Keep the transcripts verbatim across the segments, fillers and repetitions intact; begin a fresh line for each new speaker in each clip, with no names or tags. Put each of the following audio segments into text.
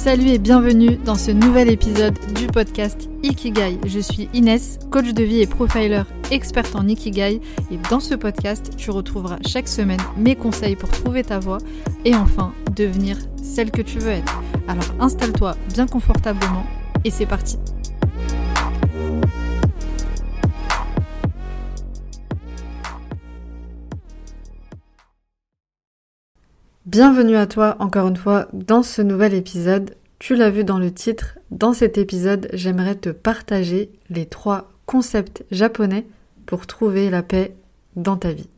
Salut et bienvenue dans ce nouvel épisode du podcast Ikigai. Je suis Inès, coach de vie et profiler experte en Ikigai, et dans ce podcast, tu retrouveras chaque semaine mes conseils pour trouver ta voie et enfin devenir celle que tu veux être. Alors installe-toi bien confortablement et c'est parti. Bienvenue à toi encore une fois dans ce nouvel épisode. Tu l'as vu dans le titre, dans cet épisode, j'aimerais te partager les trois concepts japonais pour trouver la paix dans ta vie.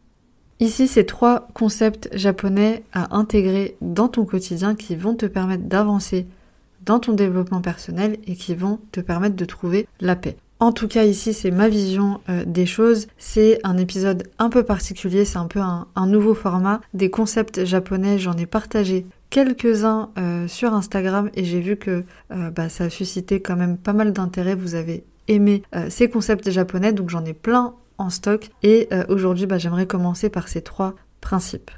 Ici, c'est trois concepts japonais à intégrer dans ton quotidien qui vont te permettre d'avancer dans ton développement personnel et qui vont te permettre de trouver la paix. En tout cas, ici, c'est ma vision euh, des choses. C'est un épisode un peu particulier, c'est un peu un, un nouveau format. Des concepts japonais, j'en ai partagé quelques-uns euh, sur Instagram et j'ai vu que euh, bah, ça a suscité quand même pas mal d'intérêt. Vous avez aimé euh, ces concepts japonais, donc j'en ai plein en stock. Et euh, aujourd'hui, bah, j'aimerais commencer par ces trois principes.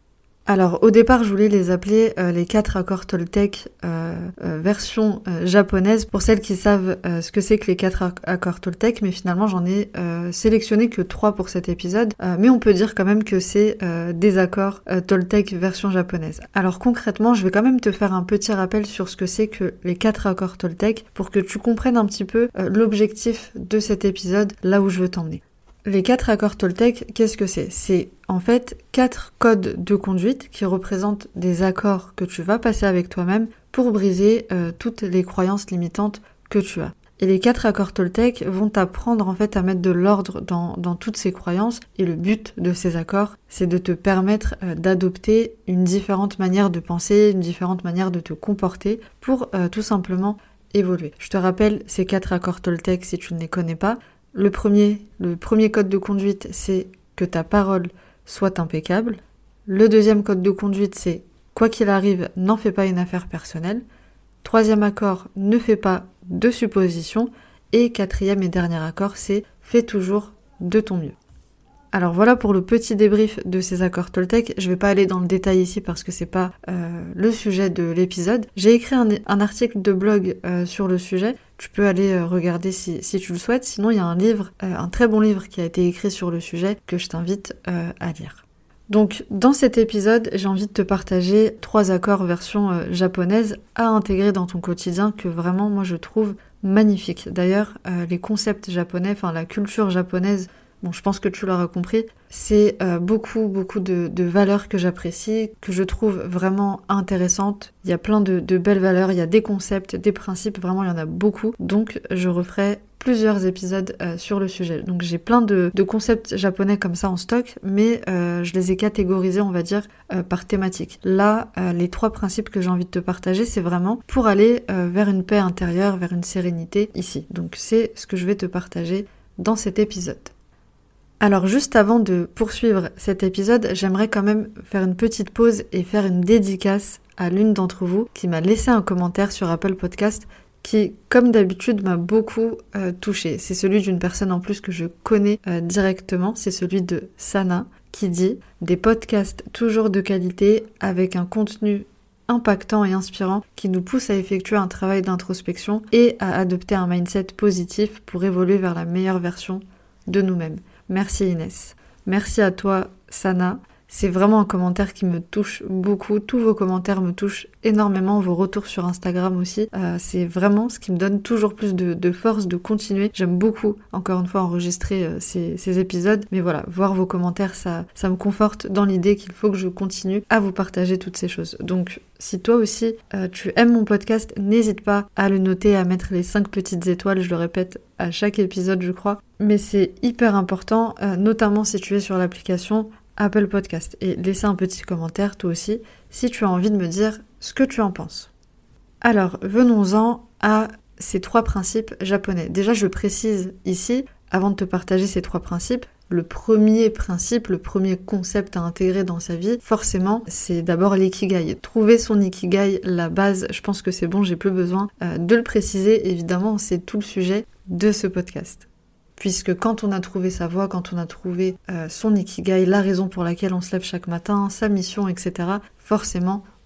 Alors au départ je voulais les appeler euh, les quatre accords Toltec euh, euh, version euh, japonaise pour celles qui savent euh, ce que c'est que les quatre ac- accords Toltec, mais finalement j'en ai euh, sélectionné que trois pour cet épisode, euh, mais on peut dire quand même que c'est euh, des accords euh, Toltec version japonaise. Alors concrètement je vais quand même te faire un petit rappel sur ce que c'est que les quatre accords Toltec pour que tu comprennes un petit peu euh, l'objectif de cet épisode, là où je veux t'emmener. Les quatre accords Toltec, qu'est-ce que c'est ? C'est en fait quatre codes de conduite qui représentent des accords que tu vas passer avec toi-même pour briser euh, toutes les croyances limitantes que tu as. Et les quatre accords Toltec vont t'apprendre en fait à mettre de l'ordre dans, dans toutes ces croyances. Et le but de ces accords, c'est de te permettre euh, d'adopter une différente manière de penser, une différente manière de te comporter pour euh, tout simplement évoluer. Je te rappelle ces quatre accords Toltec si tu ne les connais pas. Le premier, le premier code de conduite, c'est que ta parole soit impeccable. Le deuxième code de conduite, c'est quoi qu'il arrive, n'en fais pas une affaire personnelle. Troisième accord, ne fais pas de suppositions. Et quatrième et dernier accord, c'est fais toujours de ton mieux. Alors voilà pour le petit débrief de ces accords Toltec. Je vais pas aller dans le détail ici parce que c'est pas euh, le sujet de l'épisode. J'ai écrit un, un article de blog euh, sur le sujet. Tu peux aller euh, regarder si, si tu le souhaites. Sinon, il y a un livre, euh, un très bon livre qui a été écrit sur le sujet que je t'invite euh, à lire. Donc, dans cet épisode, j'ai envie de te partager trois accords version euh, japonaise à intégrer dans ton quotidien que vraiment, moi, je trouve magnifiques. D'ailleurs, euh, les concepts japonais, enfin la culture japonaise, bon, je pense que tu l'auras compris, c'est euh, beaucoup, beaucoup de, de valeurs que j'apprécie, que je trouve vraiment intéressantes. Il y a plein de, de belles valeurs, il y a des concepts, des principes, vraiment il y en a beaucoup. Donc je referai plusieurs épisodes euh, sur le sujet. Donc j'ai plein de, de concepts japonais comme ça en stock, mais euh, je les ai catégorisés, on va dire, euh, par thématique. Là, euh, les trois principes que j'ai envie de te partager, c'est vraiment pour aller euh, vers une paix intérieure, vers une sérénité ici. Donc c'est ce que je vais te partager dans cet épisode. Alors juste avant de poursuivre cet épisode, j'aimerais quand même faire une petite pause et faire une dédicace à l'une d'entre vous qui m'a laissé un commentaire sur Apple Podcast qui, comme d'habitude, m'a beaucoup euh, touchée. C'est celui d'une personne en plus que je connais euh, directement, c'est celui de Sana qui dit « Des podcasts toujours de qualité avec un contenu impactant et inspirant qui nous pousse à effectuer un travail d'introspection et à adopter un mindset positif pour évoluer vers la meilleure version de nous-mêmes. » Merci Inès. Merci à toi Sana. C'est vraiment un commentaire qui me touche beaucoup. Tous vos commentaires me touchent énormément. Vos retours sur Instagram aussi. Euh, c'est vraiment ce qui me donne toujours plus de, de force de continuer. J'aime beaucoup, encore une fois, enregistrer euh, ces, ces épisodes. Mais voilà, voir vos commentaires, ça, ça me conforte dans l'idée qu'il faut que je continue à vous partager toutes ces choses. Donc, si toi aussi, euh, tu aimes mon podcast, n'hésite pas à le noter, à mettre les cinq petites étoiles. Je le répète à chaque épisode, je crois. Mais c'est hyper important, euh, notamment si tu es sur l'application Apple Podcast, et laisser un petit commentaire toi aussi si tu as envie de me dire ce que tu en penses. Alors venons-en à ces trois principes japonais. Déjà je précise ici, avant de te partager ces trois principes, le premier principe, le premier concept à intégrer dans sa vie, forcément, c'est d'abord l'ikigai. Trouver son ikigai, la base, je pense que c'est bon, j'ai plus besoin euh, de le préciser, évidemment c'est tout le sujet de ce podcast. Puisque quand on a trouvé sa voie, quand on a trouvé euh, son ikigai, la raison pour laquelle on se lève chaque matin, sa mission, et cetera, forcément,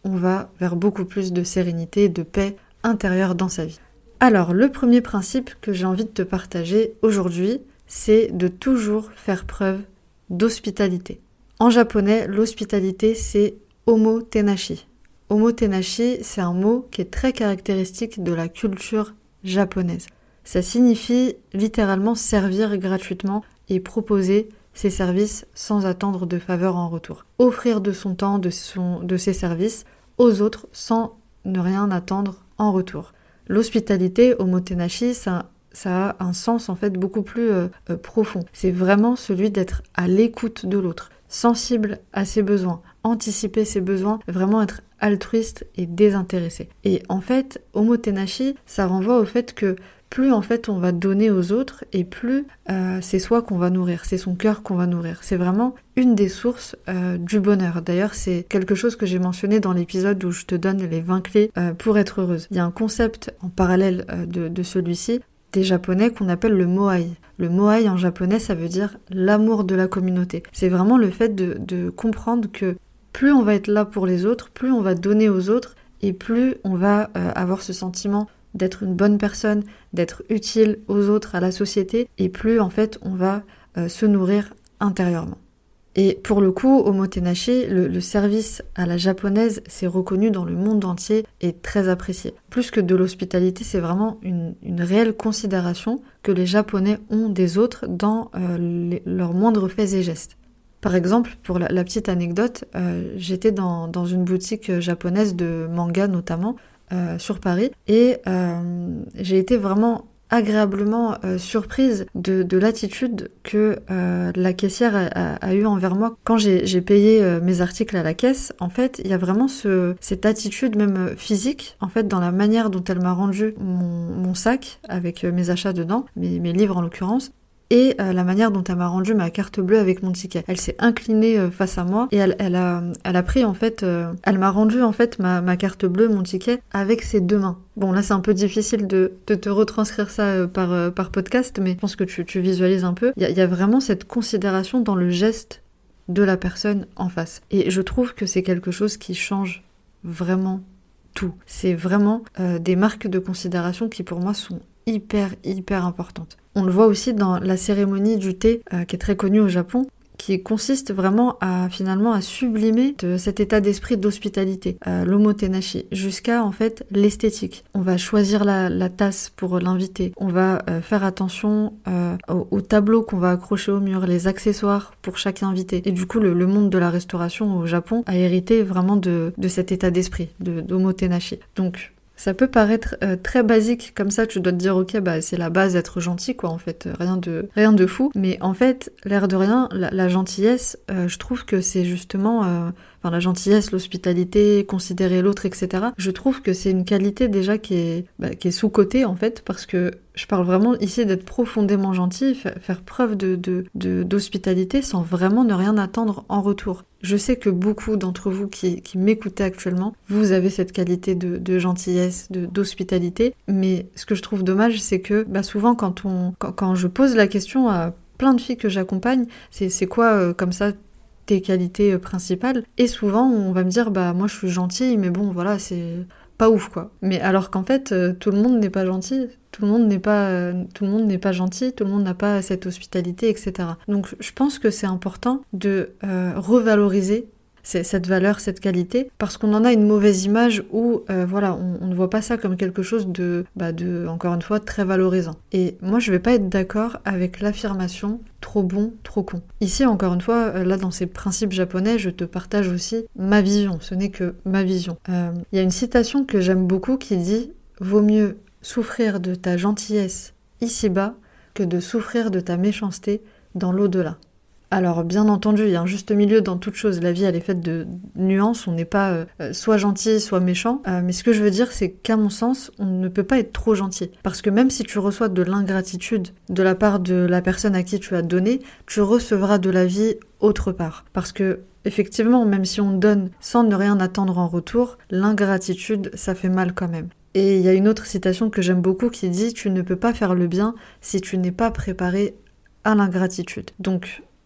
on va vers beaucoup plus de sérénité et de paix intérieure dans sa vie. Alors, le premier principe que j'ai envie de te partager aujourd'hui, c'est de toujours faire preuve d'hospitalité. En japonais, l'hospitalité, c'est omotenashi. Omotenashi, c'est un mot qui est très caractéristique de la culture japonaise. Ça signifie littéralement servir gratuitement et proposer ses services sans attendre de faveur en retour. Offrir de son temps, de, son, de ses services aux autres sans ne rien attendre en retour. L'hospitalité, omotenashi, ça, ça a un sens en fait beaucoup plus euh, euh, profond. C'est vraiment celui d'être à l'écoute de l'autre, sensible à ses besoins, anticiper ses besoins, vraiment être altruiste et désintéressé. Et en fait, omotenashi, ça renvoie au fait que plus en fait on va donner aux autres et plus euh, c'est soi qu'on va nourrir, c'est son cœur qu'on va nourrir. C'est vraiment une des sources euh, du bonheur. D'ailleurs, c'est quelque chose que j'ai mentionné dans l'épisode où je te donne les vingt clés euh, pour être heureuse. Il y a un concept en parallèle euh, de, de celui-ci des Japonais qu'on appelle le moai. Le moai en japonais, ça veut dire l'amour de la communauté. C'est vraiment le fait de, de comprendre que plus on va être là pour les autres, plus on va donner aux autres et plus on va euh, avoir ce sentiment d'être une bonne personne, d'être utile aux autres, à la société, et plus en fait on va euh, se nourrir intérieurement. Et pour le coup, omotenashi, le, le service à la japonaise, c'est reconnu dans le monde entier et très apprécié. Plus que de l'hospitalité, c'est vraiment une, une réelle considération que les Japonais ont des autres dans euh, les, leurs moindres faits et gestes. Par exemple, pour la, la petite anecdote, euh, j'étais dans, dans une boutique japonaise de manga notamment, Euh, sur Paris et euh, j'ai été vraiment agréablement euh, surprise de, de l'attitude que euh, la caissière a, a, a eue envers moi quand j'ai, j'ai payé euh, mes articles à la caisse. En fait, il y a vraiment ce, cette attitude même physique en fait dans la manière dont elle m'a rendu mon, mon sac avec euh, mes achats dedans, mes, mes livres en l'occurrence, et euh, la manière dont elle m'a rendu ma carte bleue avec mon ticket. Elle s'est inclinée euh, face à moi et elle, elle, a, elle a pris en fait, euh, elle m'a rendu en fait ma, ma carte bleue, mon ticket, avec ses deux mains. Bon là c'est un peu difficile de, de te retranscrire ça euh, par, euh, par podcast, mais je pense que tu, tu visualises un peu. Il y, y a vraiment cette considération dans le geste de la personne en face. Et je trouve que c'est quelque chose qui change vraiment tout. C'est vraiment euh, des marques de considération qui pour moi sont hyper hyper importante. On le voit aussi dans la cérémonie du thé euh, qui est très connue au Japon, qui consiste vraiment à finalement à sublimer de cet état d'esprit d'hospitalité, euh, l'omotenashi, jusqu'à en fait l'esthétique. On va choisir la, la tasse pour l'invité, on va euh, faire attention euh, au, au tableau qu'on va accrocher au mur, les accessoires pour chaque invité. Et du coup, le, le monde de la restauration au Japon a hérité vraiment de, de cet état d'esprit, de, d'omotenashi. Donc ça peut paraître euh, très basique, comme ça tu dois te dire ok bah c'est la base d'être gentil quoi en fait, rien de rien de fou, mais en fait l'air de rien, la, la gentillesse, euh, je trouve que c'est justement, euh, enfin la gentillesse, l'hospitalité, considérer l'autre, et cetera. Je trouve que c'est une qualité déjà qui est bah, qui est sous-cotée en fait, parce que je parle vraiment ici d'être profondément gentil, fa- faire preuve de, de, de, d'hospitalité sans vraiment ne rien attendre en retour. Je sais que beaucoup d'entre vous qui, qui m'écoutez actuellement, vous avez cette qualité de, de gentillesse, de, d'hospitalité, mais ce que je trouve dommage, c'est que bah, souvent quand, on, quand, quand je pose la question à plein de filles que j'accompagne, c'est, c'est quoi euh, comme ça tes qualités euh, principales ? Et souvent on va me dire bah moi je suis gentille, mais bon voilà c'est pas ouf quoi. Mais alors qu'en fait euh, tout le monde n'est pas gentil. Tout le monde n'est pas, euh, tout le monde n'est pas gentil, tout le monde n'a pas cette hospitalité, et cetera. Donc je pense que c'est important de euh, revaloriser cette valeur, cette qualité, parce qu'on en a une mauvaise image où euh, voilà, on, on ne voit pas ça comme quelque chose de, bah de, encore une fois, très valorisant. Et moi je vais pas être d'accord avec l'affirmation trop bon, trop con. Ici encore une fois, euh, là dans ces principes japonais, je te partage aussi ma vision, ce n'est que ma vision. Il euh, y a une citation que j'aime beaucoup qui dit « Vaut mieux souffrir de ta gentillesse ici-bas que de souffrir de ta méchanceté dans l'au-delà. » Alors bien entendu, il y a un juste milieu dans toute chose. La vie, elle est faite de nuances. On n'est pas euh, soit gentil, soit méchant. Euh, mais ce que je veux dire, c'est qu'à mon sens, on ne peut pas être trop gentil. Parce que même si tu reçois de l'ingratitude de la part de la personne à qui tu as donné, tu recevras de la vie autre part. Parce que effectivement, même si on donne sans ne rien attendre en retour, l'ingratitude, ça fait mal quand même. Et il y a une autre citation que j'aime beaucoup qui dit « Tu ne peux pas faire le bien si tu n'es pas préparé à l'ingratitude. » Donc,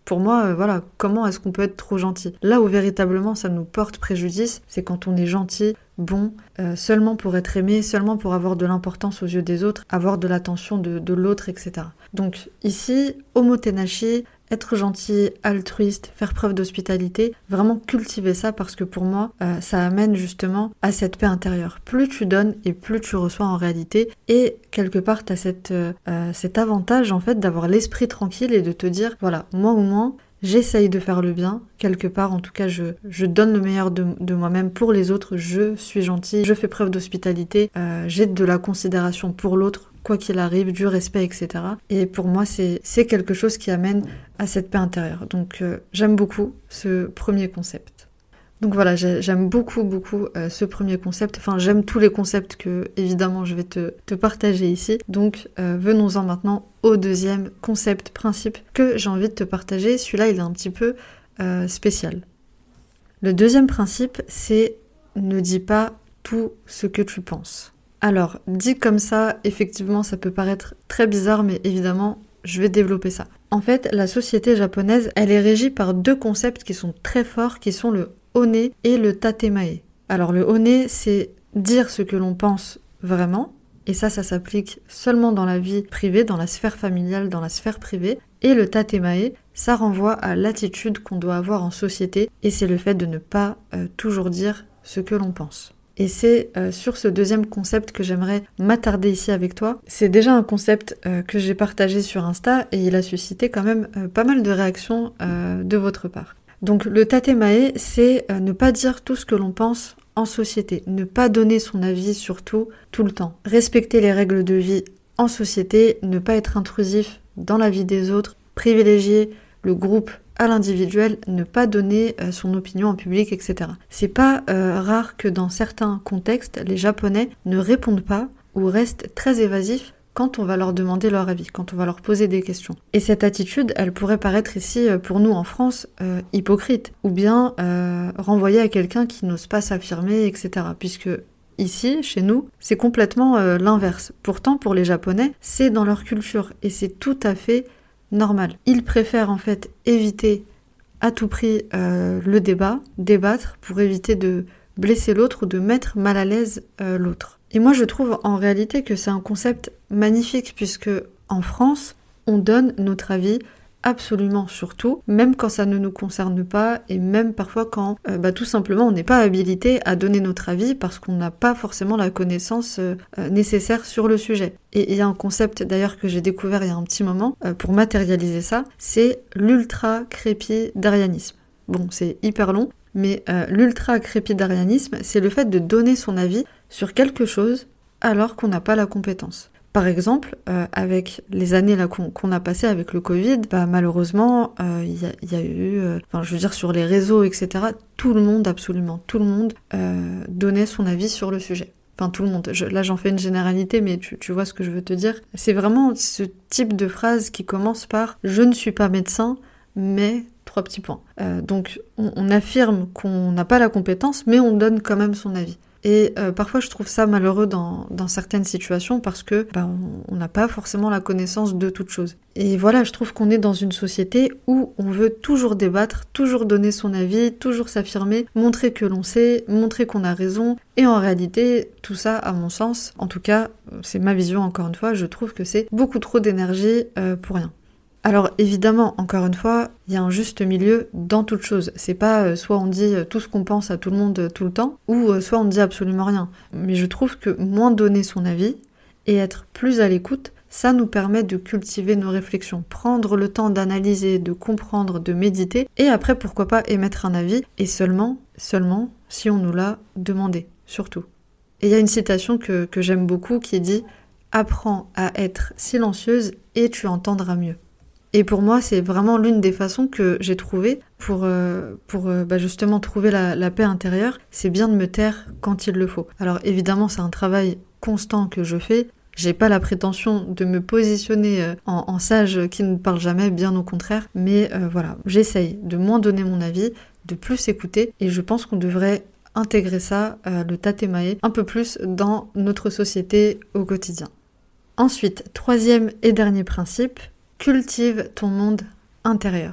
Pour moi, euh, voilà, comment est-ce qu'on peut être trop gentil? Là où véritablement ça nous porte préjudice, c'est quand on est gentil, bon, euh, seulement pour être aimé, seulement pour avoir de l'importance aux yeux des autres, avoir de l'attention de, de l'autre, et cetera. Donc ici, omotenashi, être gentil, altruiste, faire preuve d'hospitalité, vraiment cultiver ça parce que pour moi, euh, ça amène justement à cette paix intérieure. Plus tu donnes et plus tu reçois en réalité. Et quelque part, tu as cette, euh, cet avantage en fait d'avoir l'esprit tranquille et de te dire, voilà, moi au moins, j'essaye de faire le bien, quelque part, en tout cas, je, je donne le meilleur de, de moi-même pour les autres, je suis gentil, je fais preuve d'hospitalité, euh, j'ai de la considération pour l'autre, quoi qu'il arrive, du respect, et cetera. Et pour moi, c'est, c'est quelque chose qui amène à cette paix intérieure. Donc, euh, j'aime beaucoup ce premier concept. Donc voilà, j'aime beaucoup, beaucoup euh, ce premier concept. Enfin, j'aime tous les concepts que, évidemment, je vais te, te partager ici. Donc, euh, venons-en maintenant au deuxième concept, principe que j'ai envie de te partager. Celui-là, il est un petit peu euh, spécial. Le deuxième principe, c'est ne dis pas tout ce que tu penses. Alors, dit comme ça, effectivement, ça peut paraître très bizarre, mais évidemment, je vais développer ça. En fait, la société japonaise, elle est régie par deux concepts qui sont très forts, qui sont le one et le tatemae. Alors, le one, c'est dire ce que l'on pense vraiment, et ça, ça s'applique seulement dans la vie privée, dans la sphère familiale, dans la sphère privée. Et le tatemae, ça renvoie à l'attitude qu'on doit avoir en société, et c'est le fait de ne pas euh, toujours dire ce que l'on pense. Et c'est euh, sur ce deuxième concept que j'aimerais m'attarder ici avec toi. C'est déjà un concept euh, que j'ai partagé sur Insta et il a suscité quand même euh, pas mal de réactions euh, de votre part. Donc le tatemae, c'est euh, ne pas dire tout ce que l'on pense en société, ne pas donner son avis sur tout, tout le temps. Respecter les règles de vie en société, ne pas être intrusif dans la vie des autres, privilégier le groupe à l'individuel, ne pas donner euh, son opinion en public, et cetera. C'est pas euh, rare que dans certains contextes, les Japonais ne répondent pas ou restent très évasifs quand on va leur demander leur avis, quand on va leur poser des questions. Et cette attitude, elle pourrait paraître ici, euh, pour nous en France, euh, hypocrite, ou bien euh, renvoyée à quelqu'un qui n'ose pas s'affirmer, et cetera. Puisque ici, chez nous, c'est complètement euh, l'inverse. Pourtant, pour les Japonais, c'est dans leur culture, et c'est tout à fait normal. Ils préfèrent en fait éviter à tout prix euh, le débat, débattre pour éviter de blesser l'autre ou de mettre mal à l'aise euh, l'autre. Et moi je trouve en réalité que c'est un concept magnifique puisque en France, on donne notre avis absolument sur tout, même quand ça ne nous concerne pas et même parfois quand euh, bah, tout simplement on n'est pas habilité à donner notre avis parce qu'on n'a pas forcément la connaissance euh, nécessaire sur le sujet. Et il y a un concept d'ailleurs que j'ai découvert il y a un petit moment euh, pour matérialiser ça, c'est l'ultra-crépidarianisme. Bon, c'est hyper long, mais euh, l'ultra-crépidarianisme, c'est le fait de donner son avis sur quelque chose alors qu'on n'a pas la compétence. Par exemple, euh, avec les années là qu'on, qu'on a passées avec le Covid, bah, malheureusement, il euh, y, y a eu, euh, enfin, je veux dire sur les réseaux, et cetera, tout le monde, absolument tout le monde, euh, donnait son avis sur le sujet. Enfin, tout le monde. Je, là, j'en fais une généralité, mais tu, tu vois ce que je veux te dire. C'est vraiment ce type de phrase qui commence par « je ne suis pas médecin, mais… » Trois petits points. Euh, donc, on, on affirme qu'on n'a pas la compétence, mais on donne quand même son avis. Et euh, parfois, je trouve ça malheureux dans, dans certaines situations parce que bah, on n'a pas forcément la connaissance de toute chose. Et voilà, je trouve qu'on est dans une société où on veut toujours débattre, toujours donner son avis, toujours s'affirmer, montrer que l'on sait, montrer qu'on a raison. Et en réalité, tout ça, à mon sens, en tout cas, c'est ma vision encore une fois, je trouve que c'est beaucoup trop d'énergie euh, pour rien. Alors évidemment, encore une fois, il y a un juste milieu dans toute chose. C'est pas euh, soit on dit tout ce qu'on pense à tout le monde euh, tout le temps, ou euh, soit on ne dit absolument rien. Mais je trouve que moins donner son avis et être plus à l'écoute, ça nous permet de cultiver nos réflexions, prendre le temps d'analyser, de comprendre, de méditer, et après pourquoi pas émettre un avis, et seulement, seulement si on nous l'a demandé, surtout. Et il y a une citation que, que j'aime beaucoup qui dit « Apprends à être silencieuse et tu entendras mieux ». Et pour moi, c'est vraiment l'une des façons que j'ai trouvées pour, euh, pour euh, bah justement trouver la, la paix intérieure, c'est bien de me taire quand il le faut. Alors évidemment, c'est un travail constant que je fais. J'ai pas la prétention de me positionner euh, en, en sage qui ne parle jamais, bien au contraire. Mais euh, voilà, j'essaye de moins donner mon avis, de plus écouter. Et je pense qu'on devrait intégrer ça, euh, le tatemae, un peu plus dans notre société au quotidien. Ensuite, troisième et dernier principe, cultive ton monde intérieur.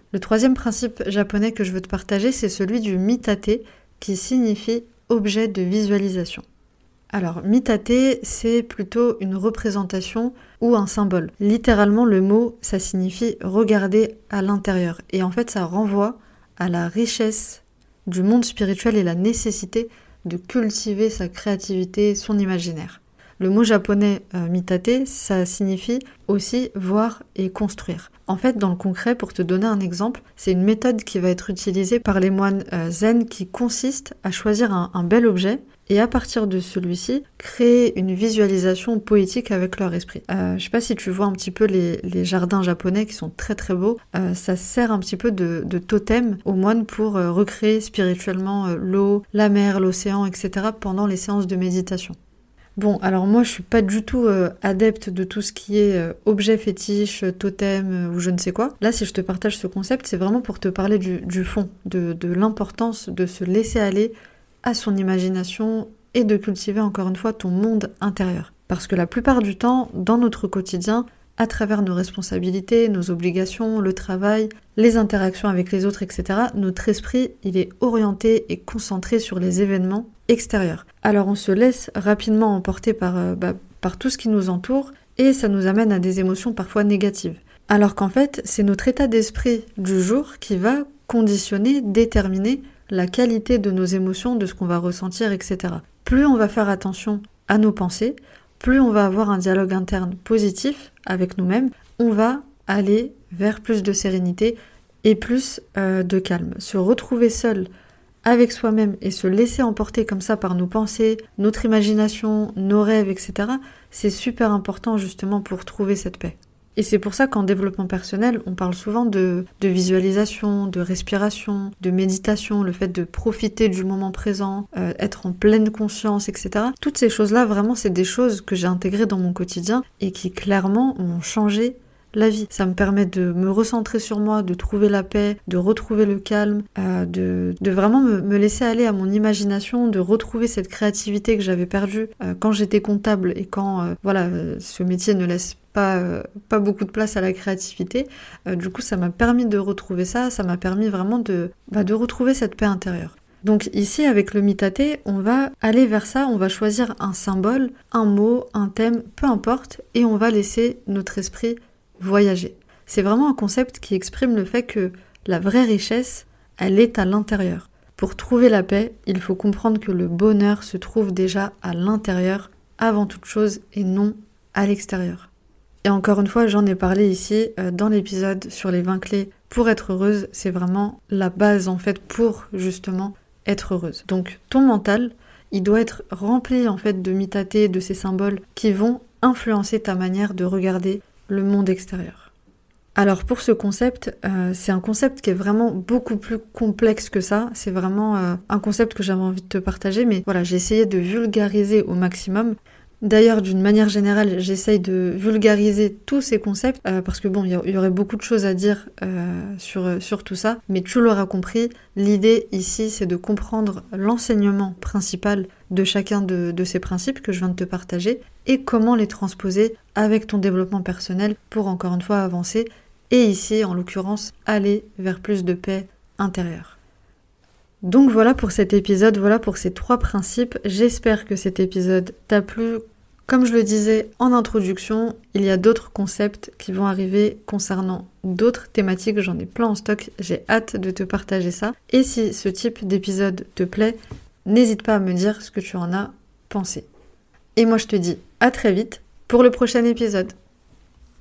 Le troisième principe japonais que je veux te partager, c'est celui du mitate, qui signifie objet de visualisation. Alors, mitate, c'est plutôt une représentation ou un symbole. Littéralement, le mot, ça signifie regarder à l'intérieur. Et en fait, ça renvoie à la richesse du monde spirituel et la nécessité de cultiver sa créativité, son imaginaire. Le mot japonais euh, mitate, ça signifie aussi voir et construire. En fait, dans le concret, pour te donner un exemple, c'est une méthode qui va être utilisée par les moines euh, zen qui consiste à choisir un, un bel objet et à partir de celui-ci, créer une visualisation poétique avec leur esprit. Euh, je sais pas si tu vois un petit peu les, les jardins japonais qui sont très très beaux. Euh, ça sert un petit peu de, de totem aux moines pour euh, recréer spirituellement euh, l'eau, la mer, l'océan, et cetera pendant les séances de méditation. Bon, alors moi je suis pas du tout euh, adepte de tout ce qui est euh, objet fétiche, totem euh, ou je ne sais quoi. Là, si je te partage ce concept, c'est vraiment pour te parler du, du fond, de, de l'importance de se laisser aller à son imagination et de cultiver encore une fois ton monde intérieur. Parce que la plupart du temps, dans notre quotidien, à travers nos responsabilités, nos obligations, le travail, les interactions avec les autres, et cetera, notre esprit, il est orienté et concentré sur les événements extérieurs. Alors on se laisse rapidement emporter par, euh, bah, par tout ce qui nous entoure et ça nous amène à des émotions parfois négatives. Alors qu'en fait, c'est notre état d'esprit du jour qui va conditionner, déterminer la qualité de nos émotions, de ce qu'on va ressentir, et cetera. Plus on va faire attention à nos pensées, plus on va avoir un dialogue interne positif avec nous-mêmes, on va aller vers plus de sérénité et plus euh, de calme. Se retrouver seul avec soi-même et se laisser emporter comme ça par nos pensées, notre imagination, nos rêves, et cetera, c'est super important justement pour trouver cette paix. Et c'est pour ça qu'en développement personnel, on parle souvent de, de visualisation, de respiration, de méditation, le fait de profiter du moment présent, euh, être en pleine conscience, et cetera. Toutes ces choses-là, vraiment, c'est des choses que j'ai intégrées dans mon quotidien et qui clairement m'ont changé la vie. Ça me permet de me recentrer sur moi, de trouver la paix, de retrouver le calme, euh, de, de vraiment me, me laisser aller à mon imagination, de retrouver cette créativité que j'avais perdue euh, quand j'étais comptable et quand euh, voilà, euh, ce métier ne laisse pas, euh, pas beaucoup de place à la créativité. Euh, du coup, ça m'a permis de retrouver ça, ça m'a permis vraiment de, bah, de retrouver cette paix intérieure. Donc ici, avec le mitate, on va aller vers ça, on va choisir un symbole, un mot, un thème, peu importe, et on va laisser notre esprit voyager. C'est vraiment un concept qui exprime le fait que la vraie richesse, elle est à l'intérieur. Pour trouver la paix, il faut comprendre que le bonheur se trouve déjà à l'intérieur, avant toute chose, et non à l'extérieur. Et encore une fois, j'en ai parlé ici, euh, dans l'épisode sur les vingt clés pour être heureuse, c'est vraiment la base en fait pour justement être heureuse. Donc ton mental, il doit être rempli en fait de mitate, de ces symboles qui vont influencer ta manière de regarder le monde extérieur. Alors pour ce concept, euh, c'est un concept qui est vraiment beaucoup plus complexe que ça. C'est vraiment euh, un concept que j'avais envie de te partager, mais voilà, j'ai essayé de vulgariser au maximum. D'ailleurs, d'une manière générale, j'essaye de vulgariser tous ces concepts euh, parce que bon, il y, y aurait beaucoup de choses à dire euh, sur, sur tout ça, mais tu l'auras compris, l'idée ici, c'est de comprendre l'enseignement principal de chacun de, de ces principes que je viens de te partager et comment les transposer avec ton développement personnel pour encore une fois avancer et ici, en l'occurrence, aller vers plus de paix intérieure. Donc voilà pour cet épisode, voilà pour ces trois principes. J'espère que cet épisode t'a plu. Comme je le disais en introduction, il y a d'autres concepts qui vont arriver concernant d'autres thématiques. J'en ai plein en stock, j'ai hâte de te partager ça. Et si ce type d'épisode te plaît, n'hésite pas à me dire ce que tu en as pensé. Et moi je te dis à très vite pour le prochain épisode.